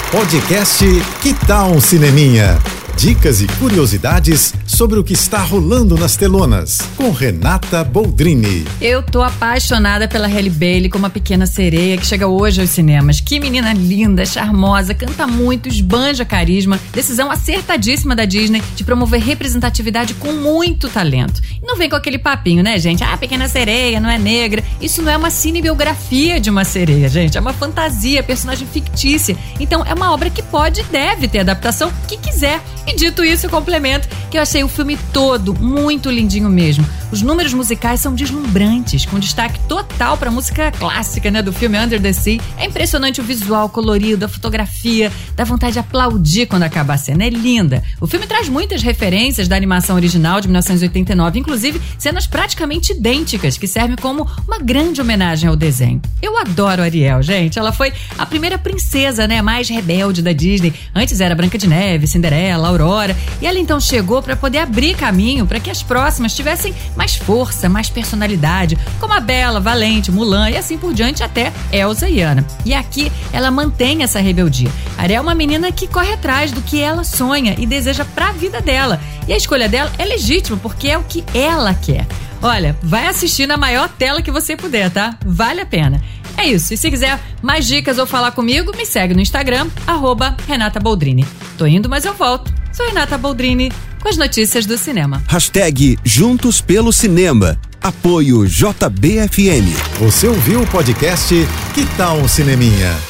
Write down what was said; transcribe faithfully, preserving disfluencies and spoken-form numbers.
Podcast Que Tal um Cineminha? Dicas e curiosidades sobre o que está rolando nas telonas, com Renata Boldrini. Eu tô apaixonada pela Halle Bailey como a pequena sereia que chega hoje aos cinemas. Que menina linda, charmosa, canta muito, esbanja carisma. Decisão acertadíssima da Disney de promover representatividade com muito talento. E não vem com aquele papinho, né, gente? Ah, pequena sereia, não é negra. Isso não é uma cinebiografia de uma sereia, gente. É uma fantasia, personagem fictícia. Então é uma obra que pode e deve ter adaptação que quiser. E dito isso, eu complemento que eu achei o filme todo muito lindinho mesmo. Os números musicais são deslumbrantes, com destaque total para a música clássica, né, do filme Under the Sea. É impressionante o visual colorido, a fotografia, dá vontade de aplaudir quando acaba a cena. É linda. O filme traz muitas referências da animação original de mil novecentos e oitenta e nove, inclusive cenas praticamente idênticas, que servem como uma grande homenagem ao desenho. Eu adoro a Ariel, gente. Ela foi a primeira princesa, né, mais rebelde da Disney. Antes era Branca de Neve, Cinderela, Aurora, e ela então chegou para poder abrir caminho para que as próximas tivessem mais força, mais personalidade, como a Bela, Valente, Mulan e assim por diante até Elsa e Anna. E aqui ela mantém essa rebeldia. Ariel é uma menina que corre atrás do que ela sonha e deseja para a vida dela. E a escolha dela é legítima porque é o que ela quer. Olha, vai assistir na maior tela que você puder, tá? Vale a pena. É isso, e se quiser mais dicas ou falar comigo, me segue no Instagram, arroba Renata Boldrini. Tô indo, mas eu volto. Sou Renata Boldrini, com as notícias do cinema. Hashtag Juntos pelo Cinema. Apoio J B F M. Você ouviu o podcast Que Tal um Cineminha?